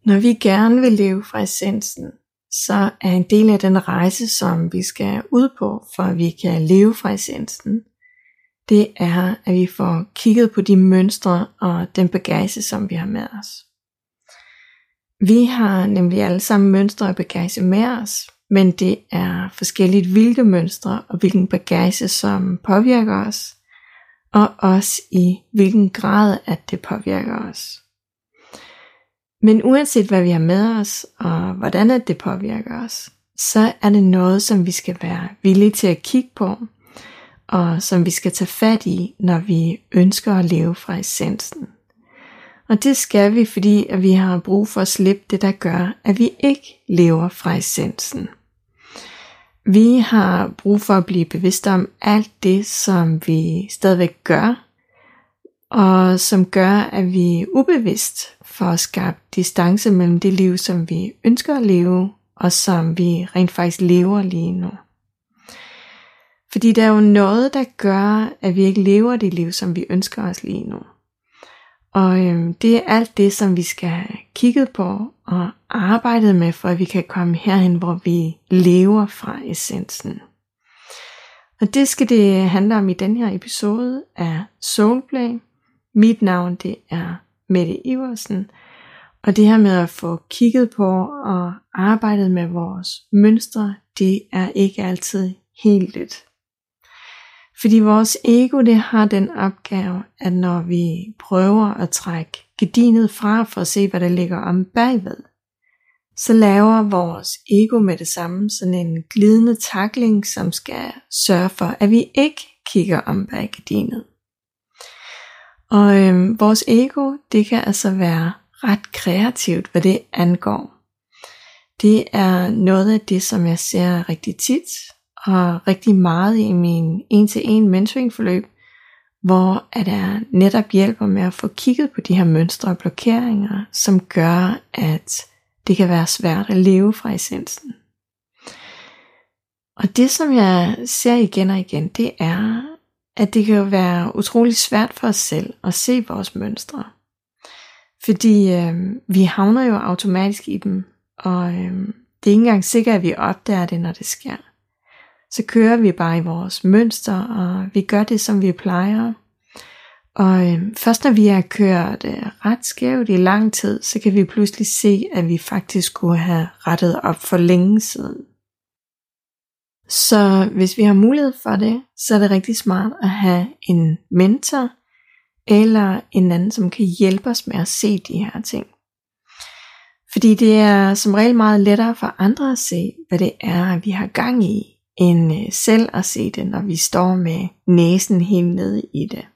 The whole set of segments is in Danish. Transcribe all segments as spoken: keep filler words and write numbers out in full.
Når vi gerne vil leve fra essensen, så er en del af den rejse, som vi skal ud på, for at vi kan leve fra essensen, det er, at vi får kigget på de mønstre og den bagage, som vi har med os. Vi har nemlig alle sammen mønstre og bagage med os, men det er forskelligt, hvilke mønstre og hvilken bagage, som påvirker os, og også i hvilken grad, at det påvirker os. Men uanset hvad vi har med os, og hvordan at det påvirker os, så er det noget, som vi skal være villige til at kigge på, og som vi skal tage fat i, når vi ønsker at leve fra essensen. Og det skal vi, fordi at vi har brug for at slippe det, der gør, at vi ikke lever fra essensen. Vi har brug for at blive bevidste om alt det, som vi stadigvæk gør, og som gør, at vi ubevidst får skabt distance mellem det liv, som vi ønsker at leve, og som vi rent faktisk lever lige nu. Fordi der er jo noget, der gør, at vi ikke lever det liv, som vi ønsker os lige nu. Og øhm, det er alt det, som vi skal have kigget på og arbejdet med, for at vi kan komme herhen, hvor vi lever fra essensen. Og det skal det handle om i den her episode af Soulplay. Mit navn, det er Mette Iversen, og det her med at få kigget på og arbejdet med vores mønstre, det er ikke altid helt let. Fordi vores ego, det har den opgave, at når vi prøver at trække gardinet fra for at se, hvad der ligger om bagved, så laver vores ego med det samme sådan en glidende tackling, som skal sørge for, at vi ikke kigger om bag gardinet. Og øhm, vores ego, det kan altså være ret kreativt, hvad det angår. Det er noget af det, som jeg ser rigtig tit, og rigtig meget i min en-til-en mentoringforløb, hvor at jeg netop hjælper med at få kigget på de her mønstre og blokeringer, som gør, at det kan være svært at leve fra essensen. Og det, som jeg ser igen og igen, det er, at det kan jo være utrolig svært for os selv at se vores mønstre. Fordi øh, vi havner jo automatisk i dem, og øh, det er ikke engang sikkert, at vi opdager det, når det sker. Så kører vi bare i vores mønster, og vi gør det, som vi plejer. Og øh, først når vi har kørt øh, ret skævt i lang tid, så kan vi pludselig se, at vi faktisk skulle have rettet op for længe siden. Så hvis vi har mulighed for det, så er det rigtig smart at have en mentor, eller en anden, som kan hjælpe os med at se de her ting. Fordi det er som regel meget lettere for andre at se, hvad det er, vi har gang i, end selv at se det, når vi står med næsen helt nede i det.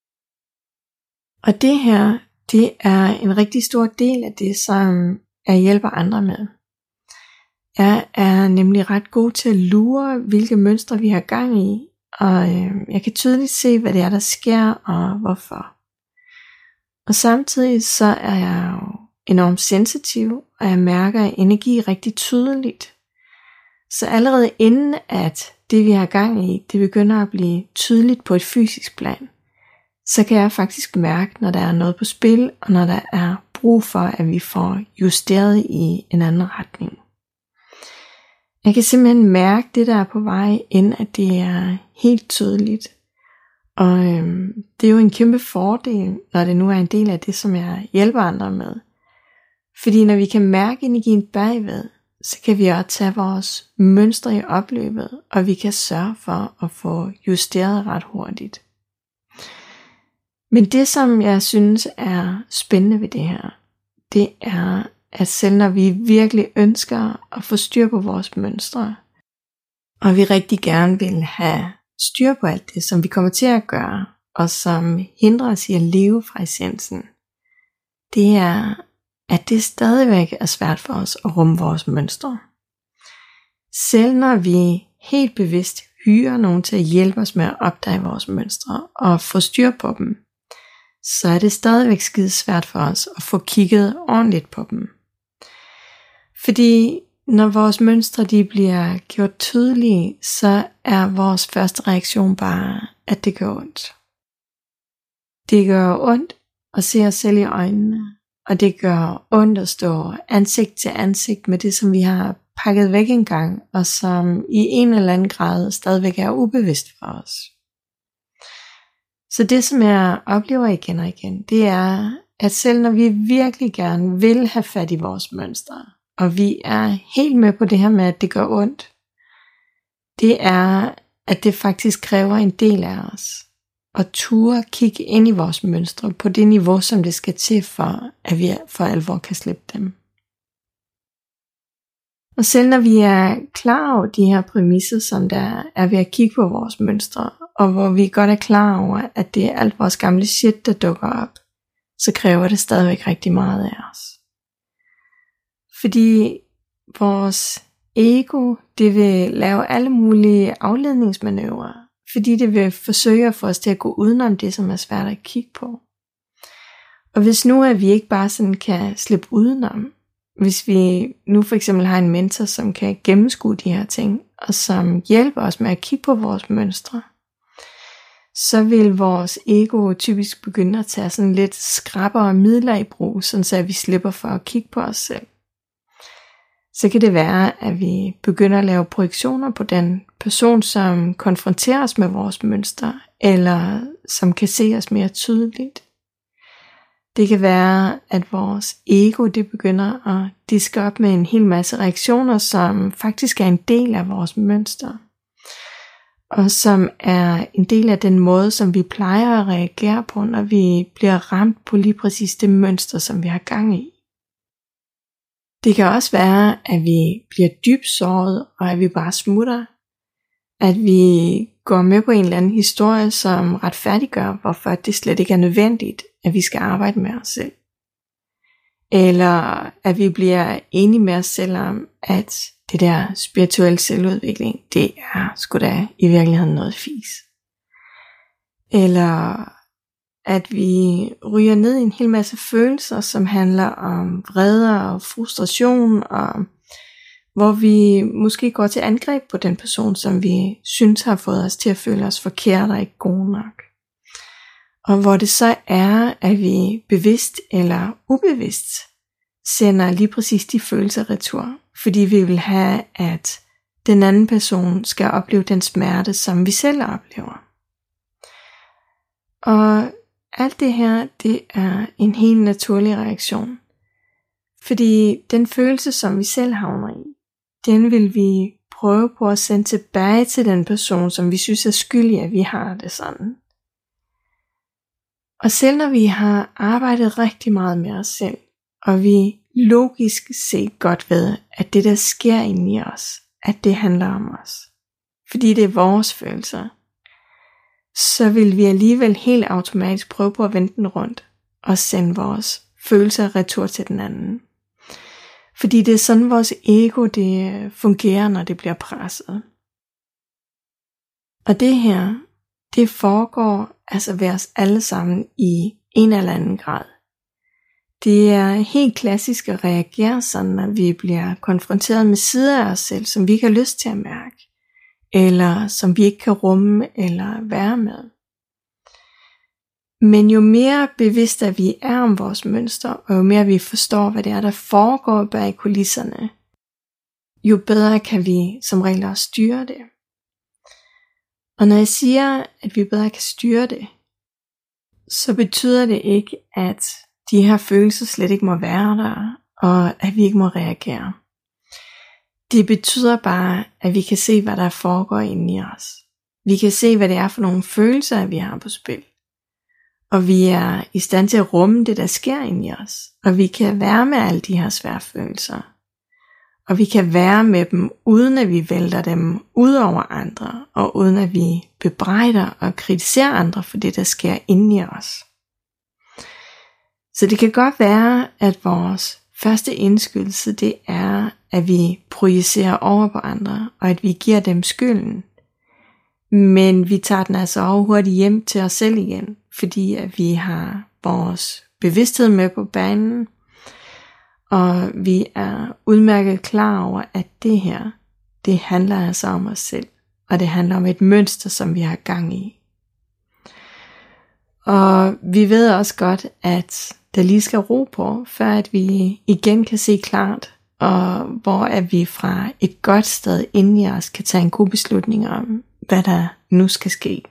Og det her, det er en rigtig stor del af det, som jeg hjælper andre med. Jeg er nemlig ret god til at lure, hvilke mønstre vi har gang i, og øh, jeg kan tydeligt se, hvad det er, der sker, og hvorfor. Og samtidig så er jeg jo enormt sensitiv, og jeg mærker energi rigtig tydeligt. Så allerede inden at det vi har gang i, det begynder at blive tydeligt på et fysisk plan, så kan jeg faktisk mærke, når der er noget på spil, og når der er brug for, at vi får justeret i en anden retning. Jeg kan simpelthen mærke det, der er på vej, inden at det er helt tydeligt. Og øhm, det er jo en kæmpe fordel, når det nu er en del af det, som jeg hjælper andre med. Fordi når vi kan mærke energien bagved, så kan vi også tage vores mønstre i opløbet, og vi kan sørge for at få justeret ret hurtigt. Men det, som jeg synes er spændende ved det her, det er, at selv når vi virkelig ønsker at få styr på vores mønstre, og vi rigtig gerne vil have styr på alt det, som vi kommer til at gøre, og som hindrer os i at leve fra essensen, det er, at det stadigvæk er svært for os at rumme vores mønstre. Selv når vi helt bevidst hyrer nogen til at hjælpe os med at opdage vores mønstre og få styr på dem, så er det stadigvæk skide svært for os at få kigget ordentligt på dem. Fordi når vores mønstre de bliver gjort tydelige, så er vores første reaktion bare, at det gør ondt. Det gør ondt at se os selv i øjnene, og det gør ondt at stå ansigt til ansigt med det, som vi har pakket væk engang, og som i en eller anden grad stadigvæk er ubevidst for os. Så det, som jeg oplever igen og igen, det er, at selv når vi virkelig gerne vil have fat i vores mønstre, og vi er helt med på det her med, at det gør ondt, det er, at det faktisk kræver en del af os, at ture kigge ind i vores mønstre på det niveau, som det skal til for, at vi for alvor kan slippe dem. Og selv når vi er klar over de her præmisser, som der er ved at kigge på vores mønstre, og hvor vi godt er klar over, at det er alt vores gamle shit, der dukker op, så kræver det stadigvæk rigtig meget af os. Fordi vores ego, det vil lave alle mulige afledningsmanøvrer, fordi det vil forsøge at få os til at gå udenom det, som er svært at kigge på. Og hvis nu at vi ikke bare sådan kan slippe udenom, hvis vi nu for eksempel har en mentor, som kan gennemskue de her ting, og som hjælper os med at kigge på vores mønstre, så vil vores ego typisk begynde at tage sådan lidt skrappere midler i brug, sådan så vi slipper for at kigge på os selv. Så kan det være, at vi begynder at lave projektioner på den person, som konfronterer os med vores mønstre, eller som kan se os mere tydeligt. Det kan være, at vores ego det begynder at diske op med en hel masse reaktioner, som faktisk er en del af vores mønster, og som er en del af den måde, som vi plejer at reagere på, når vi bliver ramt på lige præcis det mønster, som vi har gang i. Det kan også være, at vi bliver dybt såret, og at vi bare smutter. At vi går med på en eller anden historie, som retfærdiggør, hvorfor det slet ikke er nødvendigt, at vi skal arbejde med os selv. Eller at vi bliver enige med os selv om, at det der spirituelle selvudvikling, det er sgu da i virkeligheden noget fis. Eller at vi ryger ned i en hel masse følelser, som handler om vrede og frustration, og hvor vi måske går til angreb på den person, som vi synes har fået os til at føle os forkert og ikke gode nok. Og hvor det så er, at vi bevidst eller ubevidst sender lige præcis de følelser retur, fordi vi vil have, at den anden person skal opleve den smerte, som vi selv oplever. Og alt det her, det er en helt naturlig reaktion. Fordi den følelse, som vi selv havner i, den vil vi prøve på at sende tilbage til den person, som vi synes er skyldig, at vi har det sådan. Og selv når vi har arbejdet rigtig meget med os selv, og vi logisk set godt ved, at det der sker inde i os, at det handler om os, fordi det er vores følelser, så vil vi alligevel helt automatisk prøve på at vende den rundt og sende vores følelser retur til den anden. Fordi det er sådan vores ego det fungerer, når det bliver presset. Og det her, det foregår altså ved os alle sammen i en eller anden grad. Det er helt klassisk at reagere sådan, når vi bliver konfronteret med sider af os selv, som vi ikke har lyst til at mærke, eller som vi ikke kan rumme eller være med. Men jo mere bevidste vi er om vores mønster, og jo mere vi forstår, hvad det er, der foregår bag kulisserne, jo bedre kan vi som regel også styre det. Og når jeg siger, at vi bedre kan styre det, så betyder det ikke, at de her følelser slet ikke må være der, og at vi ikke må reagere. Det betyder bare, at vi kan se, hvad der foregår inde i os. Vi kan se, hvad det er for nogle følelser, vi har på spil. Og vi er i stand til at rumme det, der sker inde i os. Og vi kan være med alle de her svære følelser. Og vi kan være med dem, uden at vi vælter dem ud over andre, og uden at vi bebrejder og kritiserer andre for det, der sker inde i os. Så det kan godt være, at vores første indskydelse, det er, at vi projicerer over på andre, og at vi giver dem skylden. Men vi tager den altså over hurtigt hjem til os selv igen, fordi at vi har vores bevidsthed med på banen, og vi er udmærket klar over, at det her, det handler altså om os selv, og det handler om et mønster, som vi har gang i. Og vi ved også godt, at der lige skal ro på, før at vi igen kan se klart, og hvor at vi fra et godt sted inde i os kan tage en god beslutning om, hvad der nu skal ske.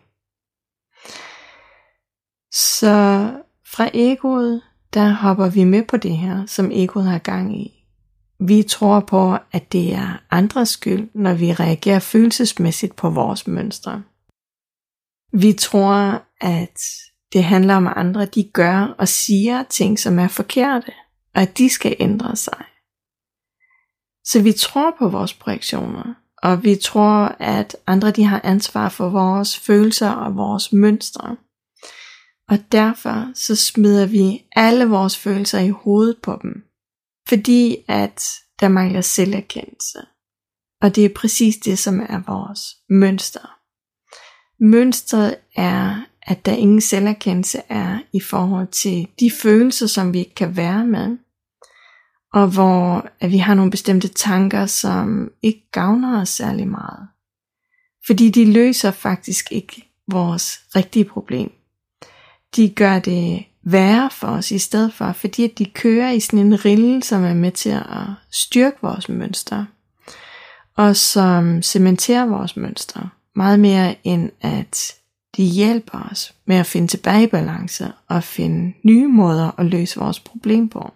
Så fra egoet, der hopper vi med på det her, som egoet har gang i. Vi tror på, at det er andres skyld, når vi reagerer følelsesmæssigt på vores mønstre. Vi tror, at det handler om, at andre de gør og siger ting, som er forkerte, og at de skal ændre sig. Så vi tror på vores projektioner, og vi tror, at andre de har ansvar for vores følelser og vores mønstre. Og derfor så smider vi alle vores følelser i hovedet på dem, fordi at der mangler selverkendelse. Og det er præcis det, som er vores mønster. Mønstret er, at der ingen selverkendelse er i forhold til de følelser, som vi ikke kan være med, og hvor at vi har nogle bestemte tanker, som ikke gavner os særlig meget. Fordi de løser faktisk ikke vores rigtige problem. De gør det værre for os i stedet for, fordi at de kører i sådan en rille, som er med til at styrke vores mønster, og som cementerer vores mønster, meget mere end at de hjælper os med at finde tilbage i balance og finde nye måder at løse vores problem på.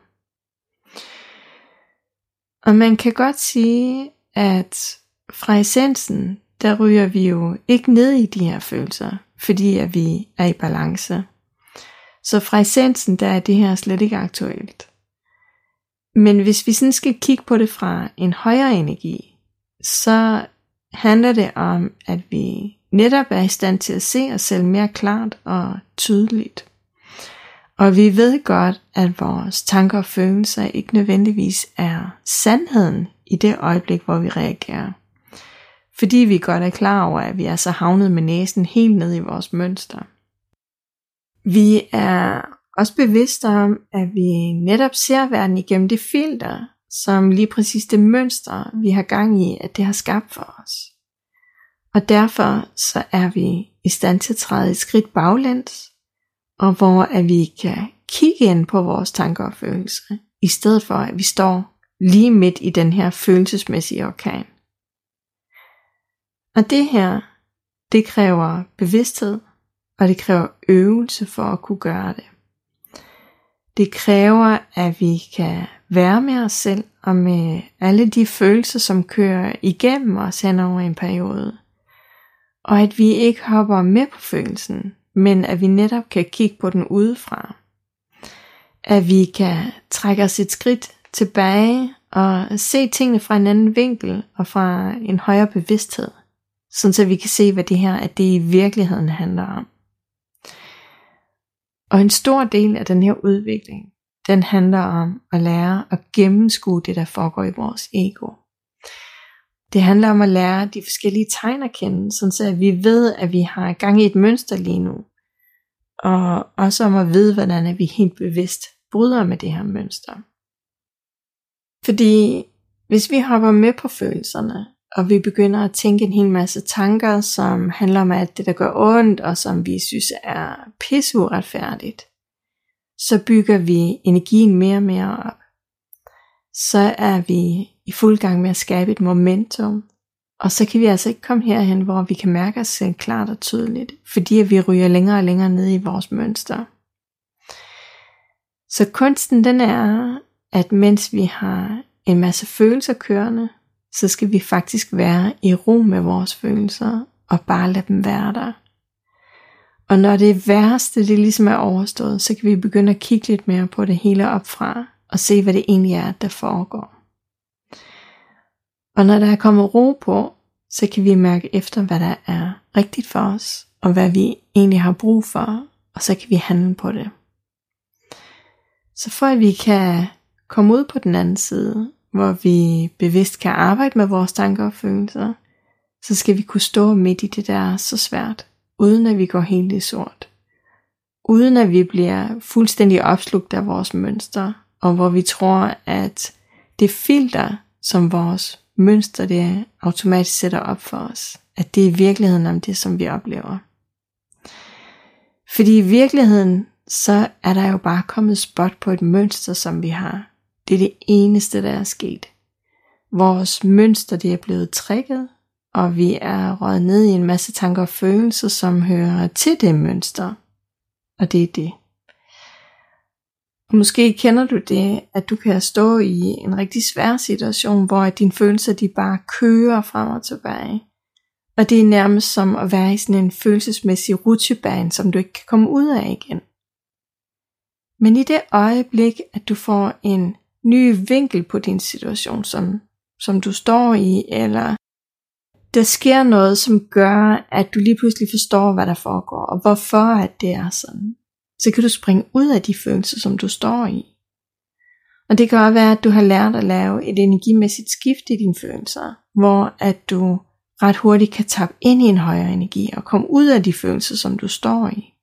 Og man kan godt sige, at fra essensen, der ryger vi jo ikke ned i de her følelser, fordi at vi er i balance. Så fra essensen, der er det her slet ikke aktuelt. Men hvis vi sådan skal kigge på det fra en højere energi, så handler det om, at vi netop er i stand til at se os selv mere klart og tydeligt. Og vi ved godt, at vores tanker og følelser ikke nødvendigvis er sandheden i det øjeblik, hvor vi reagerer. Fordi vi godt er klar over, at vi er så havnet med næsen helt ned i vores mønster. Vi er også bevidste om, at vi netop ser verden igennem det filter, som lige præcis det mønster, vi har gang i, at det har skabt for os. Og derfor så er vi i stand til at træde et skridt baglæns, og hvor at vi kan kigge ind på vores tanker og følelser, i stedet for at vi står lige midt i den her følelsesmæssige orkan. Og det her, det kræver bevidsthed, og det kræver øvelse for at kunne gøre det. Det kræver, at vi kan være med os selv, og med alle de følelser, som kører igennem os hen over en periode. Og at vi ikke hopper med på følelsen, men at vi netop kan kigge på den udefra. At vi kan trække os et skridt tilbage og se tingene fra en anden vinkel og fra en højere bevidsthed. Sådan så vi kan se, hvad det her at det i virkeligheden handler om. Og en stor del af den her udvikling, den handler om at lære at gennemskue det, der foregår i vores ego. Det handler om at lære de forskellige tegn at kende, sådan så vi ved, at vi har gang i et mønster lige nu. Og også om at vide, hvordan vi helt bevidst bryder med det her mønster. Fordi hvis vi hopper med på følelserne, og vi begynder at tænke en hel masse tanker, som handler om alt det, der gør ondt, og som vi synes er pisseuretfærdigt, så bygger vi energien mere og mere op. Så er vi i fuld gang med at skabe et momentum, og så kan vi altså ikke komme herhen, hvor vi kan mærke os selv klart og tydeligt, fordi vi ryger længere og længere ned i vores mønster. Så kunsten den er, at mens vi har en masse følelser kørende, så skal vi faktisk være i ro med vores følelser, og bare lade dem være der. Og når det værste det ligesom er overstået, så kan vi begynde at kigge lidt mere på det hele opfra, og se hvad det egentlig er, der foregår. Og når der er kommet ro på, så kan vi mærke efter, hvad der er rigtigt for os, og hvad vi egentlig har brug for, og så kan vi handle på det. Så for at vi kan komme ud på den anden side, hvor vi bevidst kan arbejde med vores tanker og følelser, så skal vi kunne stå midt i det, der er så svært, uden at vi går helt i sort. Uden at vi bliver fuldstændig opslugt af vores mønster, og hvor vi tror, at det filter, som vores mønster det automatisk sætter op for os, at det er i virkeligheden om det, som vi oplever. Fordi i virkeligheden, så er der jo bare kommet spot på et mønster, som vi har. Det er det eneste, der er sket. Vores mønster, det er blevet trigget, og vi er røget ned i en masse tanker og følelser, som hører til det mønster. Og det er det. Og måske kender du det, at du kan stå i en rigtig svær situation, hvor dine følelser, de bare kører frem og tilbage. Og det er nærmest som at være i sådan en følelsesmæssig rutsjebane, som du ikke kan komme ud af igen. Men i det øjeblik, at du får en ny vinkel på din situation, som, som du står i, eller der sker noget, som gør, at du lige pludselig forstår, hvad der foregår, og hvorfor at det er sådan, så kan du springe ud af de følelser, som du står i. Og det kan også være, at du har lært at lave et energimæssigt skift i dine følelser, hvor at du ret hurtigt kan tappe ind i en højere energi og komme ud af de følelser, som du står i.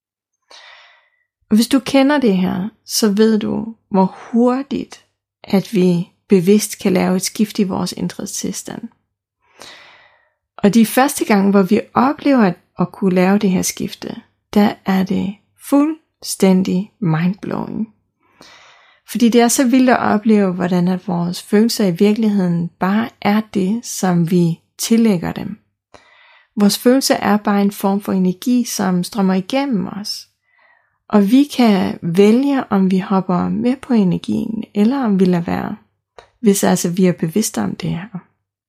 Og hvis du kender det her, så ved du, hvor hurtigt, at vi bevidst kan lave et skift i vores indre tilstand. Og de første gange, hvor vi oplever at, at kunne lave det her skifte, der er det fuldstændig mindblowing. Fordi det er så vildt at opleve, hvordan at vores følelser i virkeligheden bare er det, som vi tillægger dem. Vores følelser er bare en form for energi, som strømmer igennem os. Og vi kan vælge, om vi hopper med på energien, eller om vi lader være, hvis altså vi er bevidste om det her.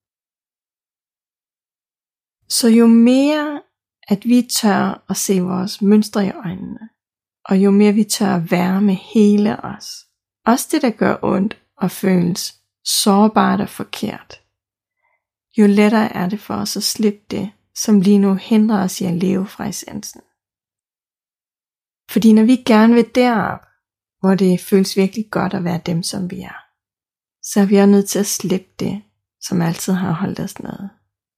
Så jo mere, at vi tør at se vores mønstre i øjnene, og jo mere vi tør at være med hele os, også det der gør ondt og føles sårbart og forkert, jo lettere er det for os at slippe det, som lige nu hindrer os i at leve fra essensen. Fordi når vi gerne vil derop, hvor det føles virkelig godt at være dem, som vi er, så er vi også nødt til at slippe det, som altid har holdt os nede.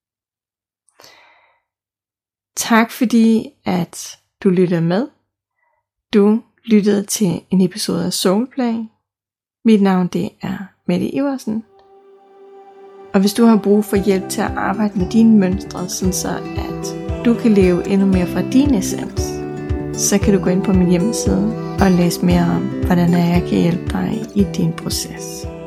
Tak fordi, at du lyttede med. Du lyttede til en episode af Soulplay. Mit navn det er Mette Iversen. Og hvis du har brug for hjælp til at arbejde med dine mønstre, sådan så at du kan leve endnu mere fra din essens, så kan du gå ind på min hjemmeside og læse mere om, hvordan jeg kan hjælpe dig i din proces.